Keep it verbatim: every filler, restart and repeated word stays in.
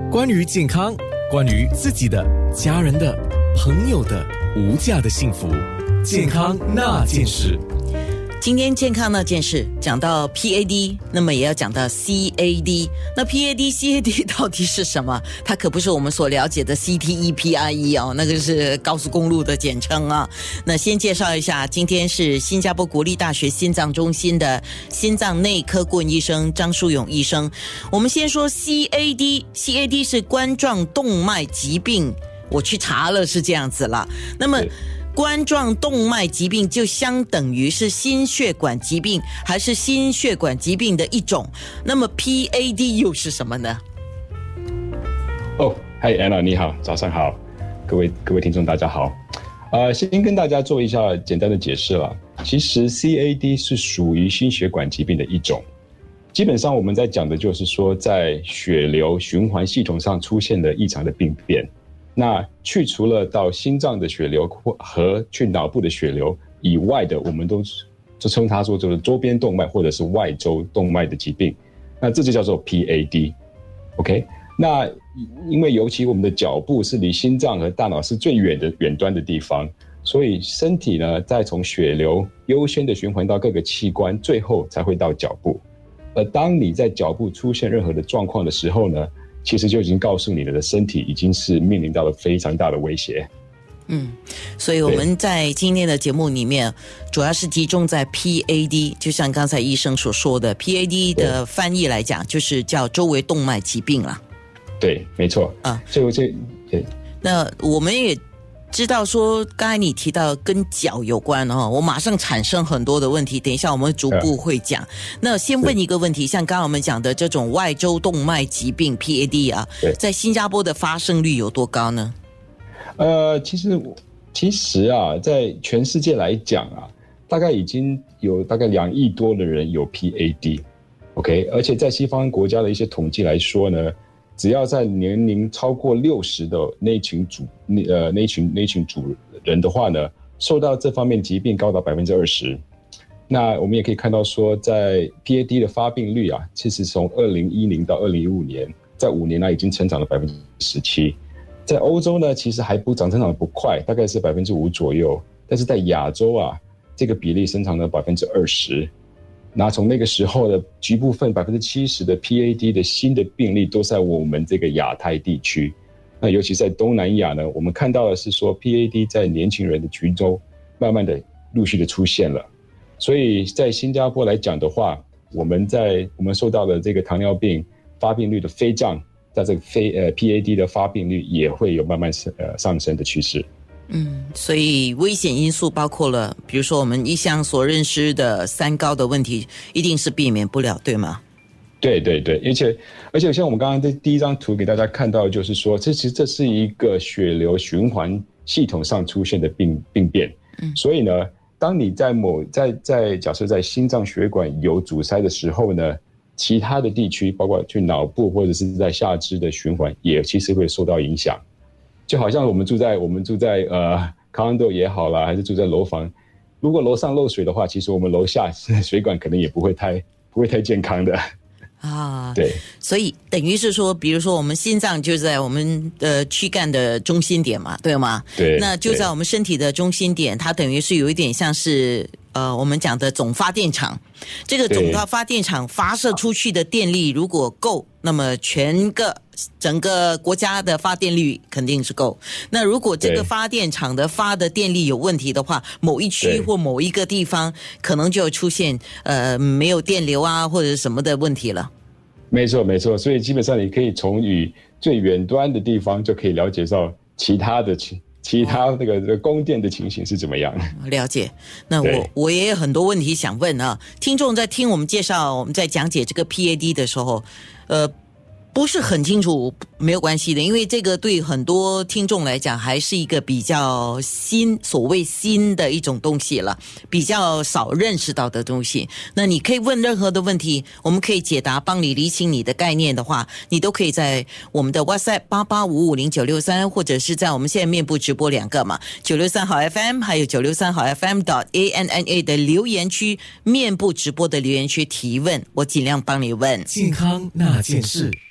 关于健康，关于自己的、家人的、朋友的无价的幸福，健康那件事。 今天健康那件事讲到 P A D， 那么也要讲到 C A D。 那 P A D、C A D 到底是什么？它可不是我们所了解的 C T E P I E 哦，那个是高速公路的简称啊。那先介绍一下，今天是新加坡国立大学心脏中心的心脏内科顾问医生张书勇医生。我们先说 C A D，C A D 是冠状动脉疾病，我去查了是这样子啦。那么冠状动脉疾病就相等于是心血管疾病，还是心血管疾病的一种？那么 P A D 又是什么呢？ 哦，嗨 Anna， 你好，早上好，各位各位听众大家好。呃，先跟大家做一下简单的解释啦。其实 C A D 是属于心血管疾病的一种，基本上我们在讲的就是说，在血流循环系统上出现了异常的病变。那去除了到心脏的血流和去脑部的血流以外的，我们都就称它做就是周边动脉或者是外周动脉的疾病，那这就叫做 P A D。OK， 那因为尤其我们的脚部是离心脏和大脑是最远的远端的地方，所以身体呢再从血流优先的循环到各个器官，最后才会到脚部。而当你在脚部出现任何的状况的时候呢，其实就已经告诉你的身体已经是面临到了非常大的威胁。 嗯，所以我们在今天的节目里面主要是集中在 P A D， 就像刚才医生所说的 P A D 的翻译来讲就是叫周围动脉疾病啦。 对，没错啊。所以这对， 那我们也知道说刚才你提到跟脚有关哦，我马上产生很多的问题，等一下我们逐步会讲。那先问一个问题，像刚刚我们讲的这种外周动脉疾病 P A D 啊，在新加坡的发生率有多高呢？ 呃，其实其实啊，在全世界来讲啊，大概已经有大概两亿多的人有 P A D，OK， 而且在西方国家的一些统计来说呢，只要在年龄超过六十的那群主呃那群那群主人的话呢，受到这方面疾病高达百分之二十。那我们也可以看到说，在 P A D 的发病率啊，其实从二零一零到二零一五年，在五年来已经成长了百分之十七。在欧洲呢，其实还不涨，增长的不快，大概是百分之五左右。但是在亚洲啊，这个比例增长了百分之二十。那从那个时候的局部分百分之七十的 P A D 的新的病例都在我们这个亚太地区。那尤其在东南亚呢，我们看到的是说 P A D 在年轻人的群中慢慢的陆续的出现了。所以在新加坡来讲的话，我们在我们受到的这个糖尿病发病率的飞涨，在这个非呃 P A D 的发病率也会有慢慢呃上升的趋势。 嗯，所以危险因素包括了，比如说我们一向所认识的三高的问题，一定是避免不了，对吗？ 对对对，而且而且像我们刚刚的第一张图给大家看到，就是说，这其实这是一个血流循环系统上出现的病病变。嗯，所以呢，当你在某在在假设在心脏血管有阻塞的时候呢，其他的地区，包括去脑部或者是在下肢的循环，也其实会受到影响。就好像我们住在我们住在呃 condo 也好啦，还是住在楼房，如果楼上漏水的话，其实我们楼下水管可能也不会太不会太健康的啊。 对， 所以等于是说，比如说我们心脏就在我们的躯干的中心点嘛，对吗？ 对， 那就在我们身体的中心点，它等于是有一点像是呃我们讲的总发电厂。这个总发电厂发射出去的电力如果够，那么全个整个国家的发电率肯定是够。那如果这个发电厂的发的电力有问题的话，某一区或某一个地方可能就出现呃没有电流啊或者什么的问题了。 没错没错，所以基本上你可以从与最远端的地方就可以了解到其他的其他那个供电的情形是怎么样。 了解。那我我也有很多问题想问啊，听众在听我们介绍我们在讲解这个 P A D 的时候，呃不是很清楚，没有关系的，因为这个对很多听众来讲还是一个比较新，所谓新的一种东西了，比较少认识到的东西。那你可以问任何的问题，我们可以解答，帮你厘清你的概念的话，你都可以在我们的 WhatsApp 八八五五零九六三，或者是在我们现在面部直播两个嘛，九六三好 F M 还有九六三好 F M dot A N N A 的留言区，面部直播的留言区提问，我尽量帮你问。 健康那件事。